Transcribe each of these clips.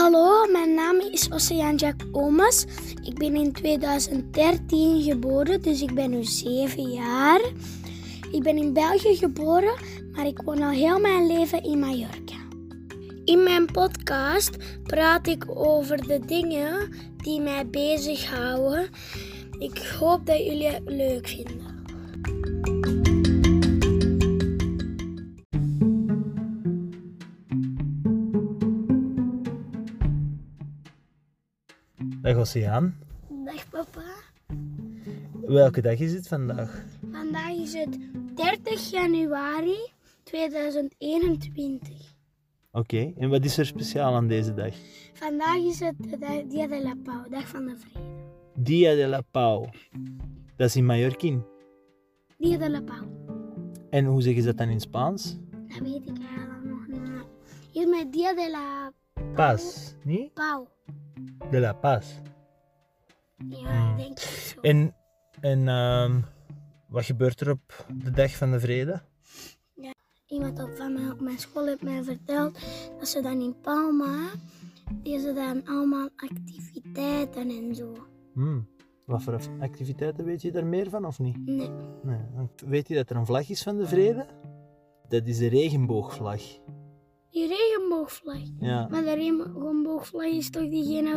Hallo, mijn naam is Oceaan Jack Omas. Ik ben in 2013 geboren, dus ik ben nu 7 jaar. Ik ben in België geboren, maar ik woon al heel mijn leven in Mallorca. In mijn podcast praat ik over de dingen die mij bezighouden. Ik hoop dat jullie het leuk vinden. Dag Oceaan. Dag papa. Welke dag is het vandaag? Vandaag is het 30 januari 2021. Oké, en wat is er speciaal aan deze dag? Vandaag is het Dia de la Pau, dag van de vrede. Dia de la Pau. Dat is in Mallorquín. Dia de la Pau. En hoe zeggen ze dat dan in Spaans? Dat weet ik eigenlijk nog niet. Hier met Dia de la Paz, niet? Pau. De la Paz. Ja, ik denk het zo. En wat gebeurt er op de dag van de vrede? Iemand op mijn school heeft mij verteld dat ze dan in Palma, die ze dan allemaal activiteiten en zo. Wat voor activiteiten, weet je daar meer van of niet? Nee. Nee. Weet je dat er een vlag is van de vrede? Dat is de regenboogvlag. Die regenboogvlag. Ja. Maar de regenboogvlag is toch diegene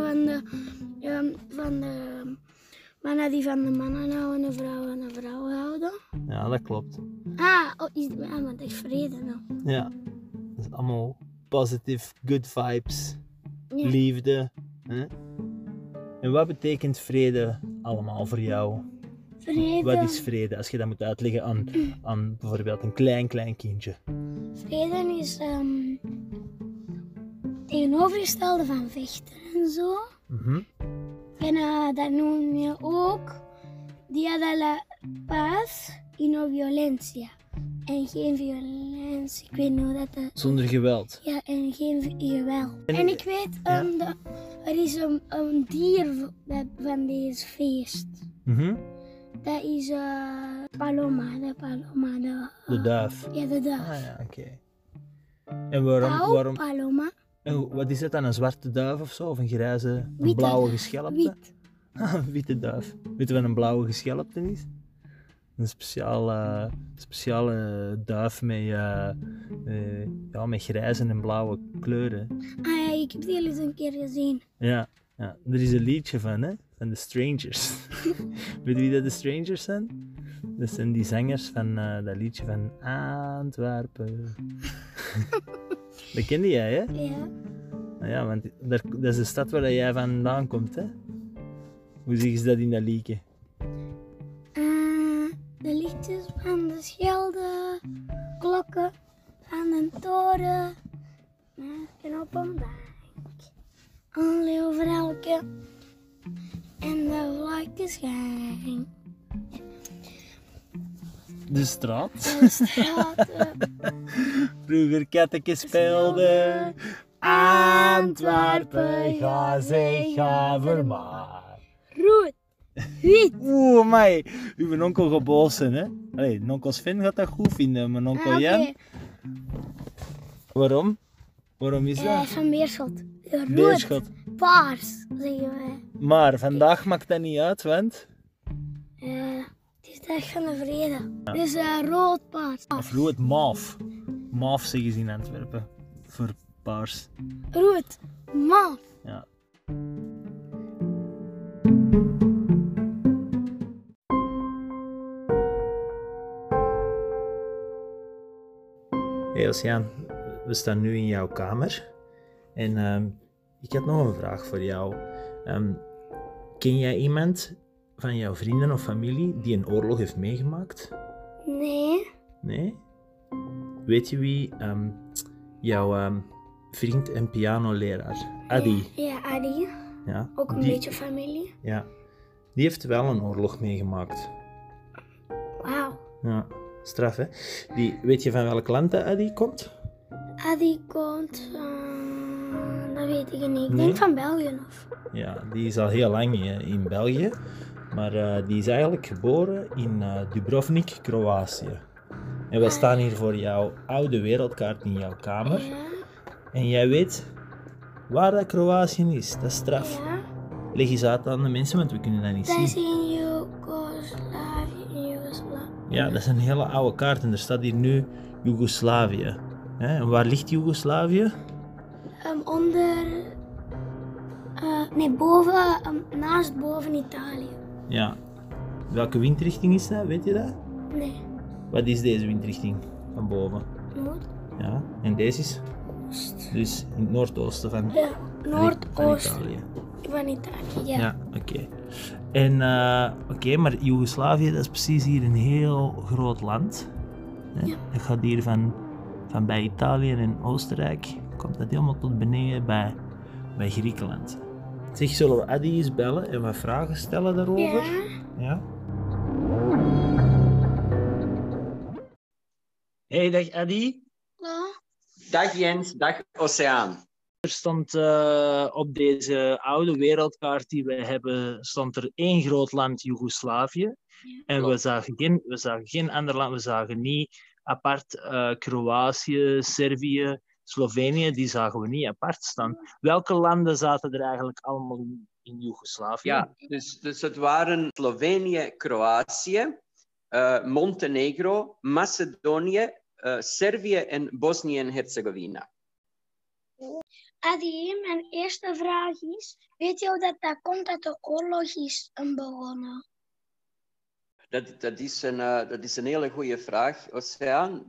van die van de mannen houden en de vrouwen houden? Ja, dat klopt. Is het want echt vrede nou? Ja. Dat is allemaal positive, good vibes, Ja. liefde. Hè? En wat betekent vrede allemaal voor jou? Vrede. Wat is vrede, als je dat moet uitleggen aan bijvoorbeeld een klein kindje? Vrede is tegenovergestelde van vechten en zo. Mhm. En dat noem je ook Dia de la Paz y no violencia. En geen violentie, ik weet niet hoe dat... Zonder geweld. Ja, en geen geweld. En- En ik weet, er is een dier van deze feest. Mhm. Dat is Paloma. De duif. Ja, de duif. Ah ja, oké. En waarom? Paloma. En wat is dat dan, een zwarte duif of zo? Of een grijze, een Witte blauwe duif. geschelpte? Wit. Een witte duif. Weet je wat een blauwe geschelpte is? Een speciale duif met grijze en blauwe kleuren. Ja, ik heb die al eens een keer gezien. Ja, er is een liedje van, hè? Van de Strangers. Weet je wie dat de Strangers zijn? Dat zijn die zangers van dat liedje van Antwerpen. Dat kende jij, hè? Ja. Nou ja, want dat is de stad waar jij vandaan komt, hè? Hoe zeggen ze dat in dat liedje? De lichtjes van de Schelde, klokken van een toren, merken op een bank. Een leeuw voor elke en de vlakke schijn. De straat. De straten. Vroeger katteke speelde. Antwerpen, ga zeg, ga vermaar. Rood, wit. Oeh, amai. Uw onkel gaat boos zijn, hè? Allee, onkel Sven gaat dat goed vinden, maar onkel Jan... Oké. Waarom? Waarom is dat? Van Beerschot. Rood, Beerschot. paars, zeggen wij. Maar vandaag maakt dat niet uit, want... Het is de dag van de vrede. Dus rood, paars. Of rood, maaf. Maaf zeggen ze in Antwerpen. Voor paars. Rood, man. Ja. Hey Oceaan, we staan nu in jouw kamer. En ik had nog een vraag voor jou. Ken jij iemand van jouw vrienden of familie die een oorlog heeft meegemaakt? Nee. Nee? Weet je wie jouw vriend en pianoleraar, Adi, Ja, Adi. ja, Ook een beetje familie. ja, die heeft wel een oorlog meegemaakt. Wauw. Ja, straf hè. Weet je van welk land dat Adi komt? Adi komt dat weet ik niet. Ik Nee? denk van België of. Ja, die is al heel lang in België, maar die is eigenlijk geboren in Dubrovnik, Kroatië. En wij staan hier voor jouw oude wereldkaart in jouw kamer. Ja. En jij weet waar dat Kroatië is. Dat is straf. Ja. Leg eens uit aan de mensen, want we kunnen dat niet Dat is zien. in Joegoslavië. Ja, dat is een hele oude kaart en er staat hier nu Joegoslavië. En waar ligt Joegoslavië? Naast boven Italië. Ja. Welke windrichting is dat? Weet je dat? Nee, Wat is deze windrichting van boven? noord. Ja. En deze is Oost. dus in het noordoosten van, Ja, van noordoost Italië. van Italië. Ja. Ja, oké. En maar Joegoslavië, dat is precies hier een heel groot land. Hè? Ja. Dat gaat hier van bij Italië en Oostenrijk, komt dat helemaal tot beneden bij Griekenland. Zeg, zullen we Adi eens bellen en wat vragen stellen daarover? Ja? Hey, dag Adi. Hallo? Dag Jens, dag Oceaan. Er stond op deze oude wereldkaart die we hebben, stond er één groot land, Joegoslavië. En we zagen geen ander land, we zagen niet apart Kroatië, Servië, Slovenië, die zagen we niet apart staan. Welke landen zaten er eigenlijk allemaal in Joegoslavië? Ja, dus het waren Slovenië, Kroatië, Montenegro, Macedonië, Servië en Bosnië en Herzegovina. Adi, mijn eerste vraag is, weet je hoe dat komt dat de oorlog is begonnen? Dat is een hele goede vraag, Oceaan.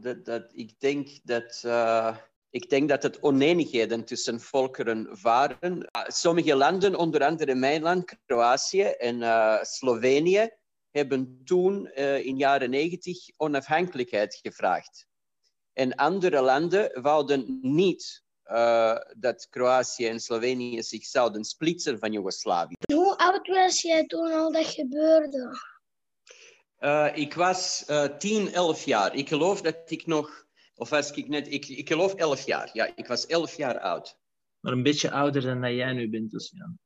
Ik denk dat het oneenigheden tussen volkeren waren. Sommige landen, onder andere mijn land, Kroatië en Slovenië, hebben toen in jaren 90 onafhankelijkheid gevraagd. En andere landen wouden niet dat Kroatië en Slovenië zich zouden splitsen van Joegoslavië. Hoe oud was jij toen al dat gebeurde? Ik was 10, 11 jaar. Ik geloof dat ik nog... Of was ik net... Ik geloof 11 jaar. Ja, ik was 11 jaar oud. Maar een beetje ouder dan dat jij nu bent, dus ja.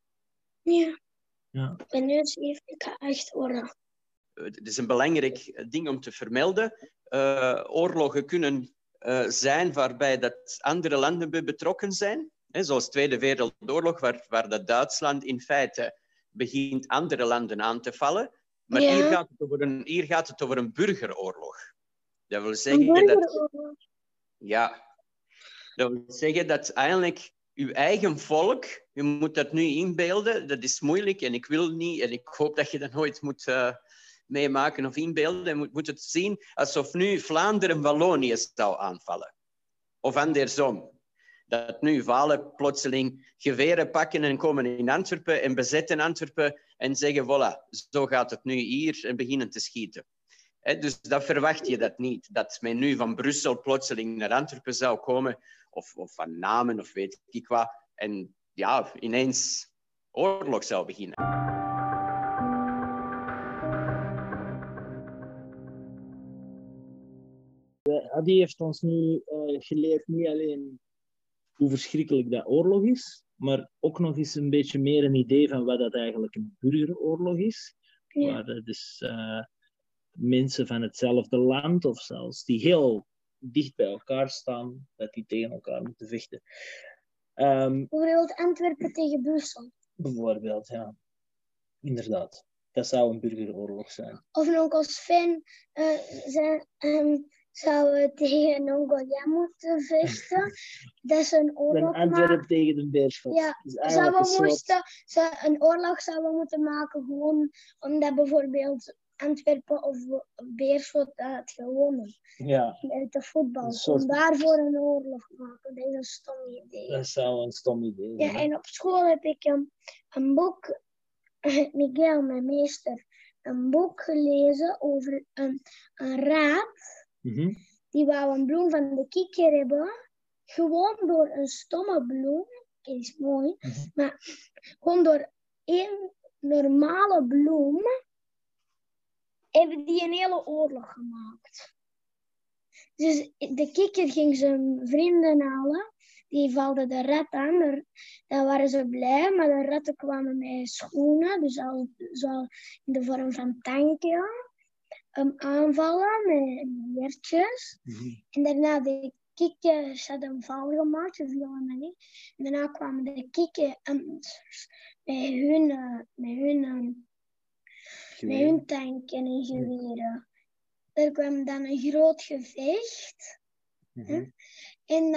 Ja. Ik ben nu 7, ik ga 8 worden. Het is een belangrijk ding om te vermelden. Oorlogen kunnen zijn waarbij dat andere landen bij betrokken zijn. Zoals de Tweede Wereldoorlog, waar dat Duitsland in feite begint andere landen aan te vallen. Maar Ja. hier gaat het over een burgeroorlog. Dat wil Een zeggen burgeroorlog? dat wil zeggen dat eigenlijk uw eigen volk, je moet dat nu inbeelden, dat is moeilijk en ik wil niet en ik hoop dat je dat nooit moet meemaken of inbeelden. Je moet het zien alsof nu Vlaanderen Wallonië zou aanvallen. Of andersom. Dat nu Walen plotseling geweren pakken en komen in Antwerpen en bezetten Antwerpen en zeggen, voilà, zo gaat het nu hier en beginnen te schieten. Dus dat verwacht je dat niet. Dat men nu van Brussel plotseling naar Antwerpen zou komen, of van Namen, of weet ik wat, en ja, ineens oorlog zou beginnen. Adi heeft ons nu geleerd niet alleen hoe verschrikkelijk dat oorlog is, maar ook nog eens een beetje meer een idee van wat dat eigenlijk een burgeroorlog is. Ja. Waar dus mensen van hetzelfde land, of zelfs die heel dicht bij elkaar staan, dat die tegen elkaar moeten vechten. Bijvoorbeeld Antwerpen tegen Brussel. Bijvoorbeeld, ja. Inderdaad. Dat zou een burgeroorlog zijn. Of een onkel Sven zou tegen Mongolia moeten vechten. Dat is een oorlog. Een Antwerpen tegen de Beerschot. Ja, Dus eigenlijk een oorlog zouden we moeten maken gewoon omdat bijvoorbeeld Antwerpen of Beerschot had gewonnen. Ja. Uit de voetbal. Een soort- Om daarvoor een oorlog te maken. Dat is een stom idee. Dat zou een stom idee zijn. Ja, en op school heb ik een boek, Miguel, mijn meester, een boek gelezen over een raad. Mhm. Die wou een bloem van de kikker hebben. Gewoon door een stomme bloem. Dat is mooi. Maar gewoon door één normale bloem. Hebben die een hele oorlog gemaakt. Dus de kikker ging zijn vrienden halen. Die valden de rat aan. Dan waren ze blij. Maar de ratten kwamen met schoenen. Dus zo in de vorm van tanken. Aanvallen met weertjes. En daarna de kikkers hadden een val gemaakt, ze vielen me niet. En daarna kwamen de kikkers met hun tanken en geweren. Er kwam dan een groot gevecht. Mhm. En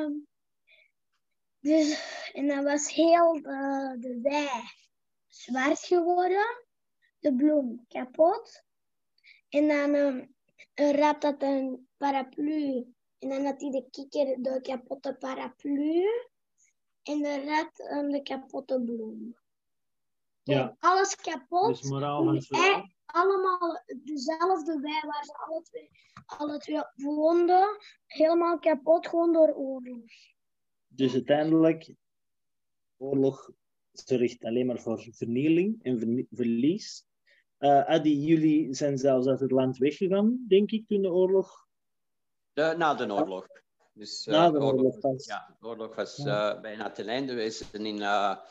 dan was heel de wei zwart geworden, de bloem kapot. En dan een rat had een paraplu. En dan had hij de kikker de kapotte paraplu. En de rat de kapotte bloem. Ja. En alles kapot. Dus moraal van het verhaal. Allemaal dezelfde wei waar ze alle twee woonden. Helemaal kapot, gewoon door oorlog. Dus uiteindelijk, oorlog zorgt alleen maar voor vernieling en verlies. Adi, jullie zijn zelfs uit het land weggegaan, denk ik, toen de oorlog... Na de oorlog. Dus, Na de oorlog pas. Ja, de oorlog was Ja. bijna ten einde. We zijn in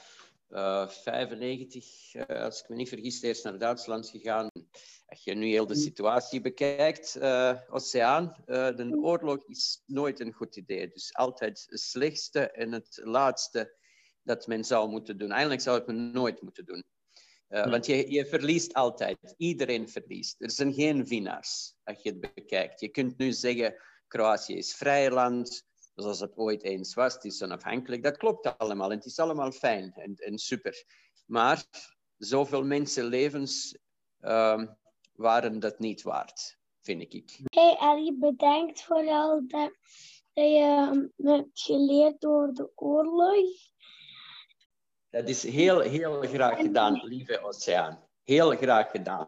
1995, als ik me niet vergis, eerst naar Duitsland gegaan. Als je nu heel de situatie bekijkt, Oceaan, de oorlog is nooit een goed idee. Dus altijd het slechtste en het laatste dat men zou moeten doen. Eigenlijk zou het men nooit moeten doen. Want je verliest altijd. Iedereen verliest. Er zijn geen winnaars, als je het bekijkt. Je kunt nu zeggen, Kroatië is vrij land, zoals het ooit eens was. Het is onafhankelijk. Dat klopt allemaal. En het is allemaal fijn en super. Maar zoveel mensenlevens waren dat niet waard, vind ik. Hey Ali, bedankt vooral dat je hebt geleerd door de oorlog. Dat is heel, heel graag gedaan, lieve Oceaan. Heel graag gedaan.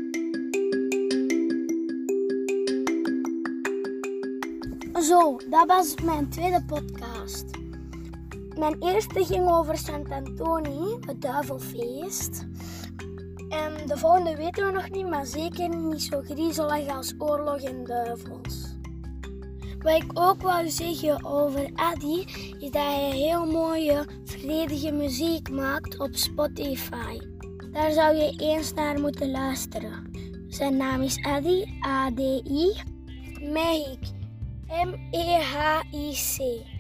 Zo, dat was mijn tweede podcast. Mijn eerste ging over Sant Antoni, het duivelfeest. En de volgende weten we nog niet, maar zeker niet zo griezelig als oorlog en duivels. Wat ik ook wou zeggen over Adi, is dat hij heel mooie, vredige muziek maakt op Spotify. Daar zou je eens naar moeten luisteren. Zijn naam is Adi, A-D-I, Mehic, M-E-H-I-C.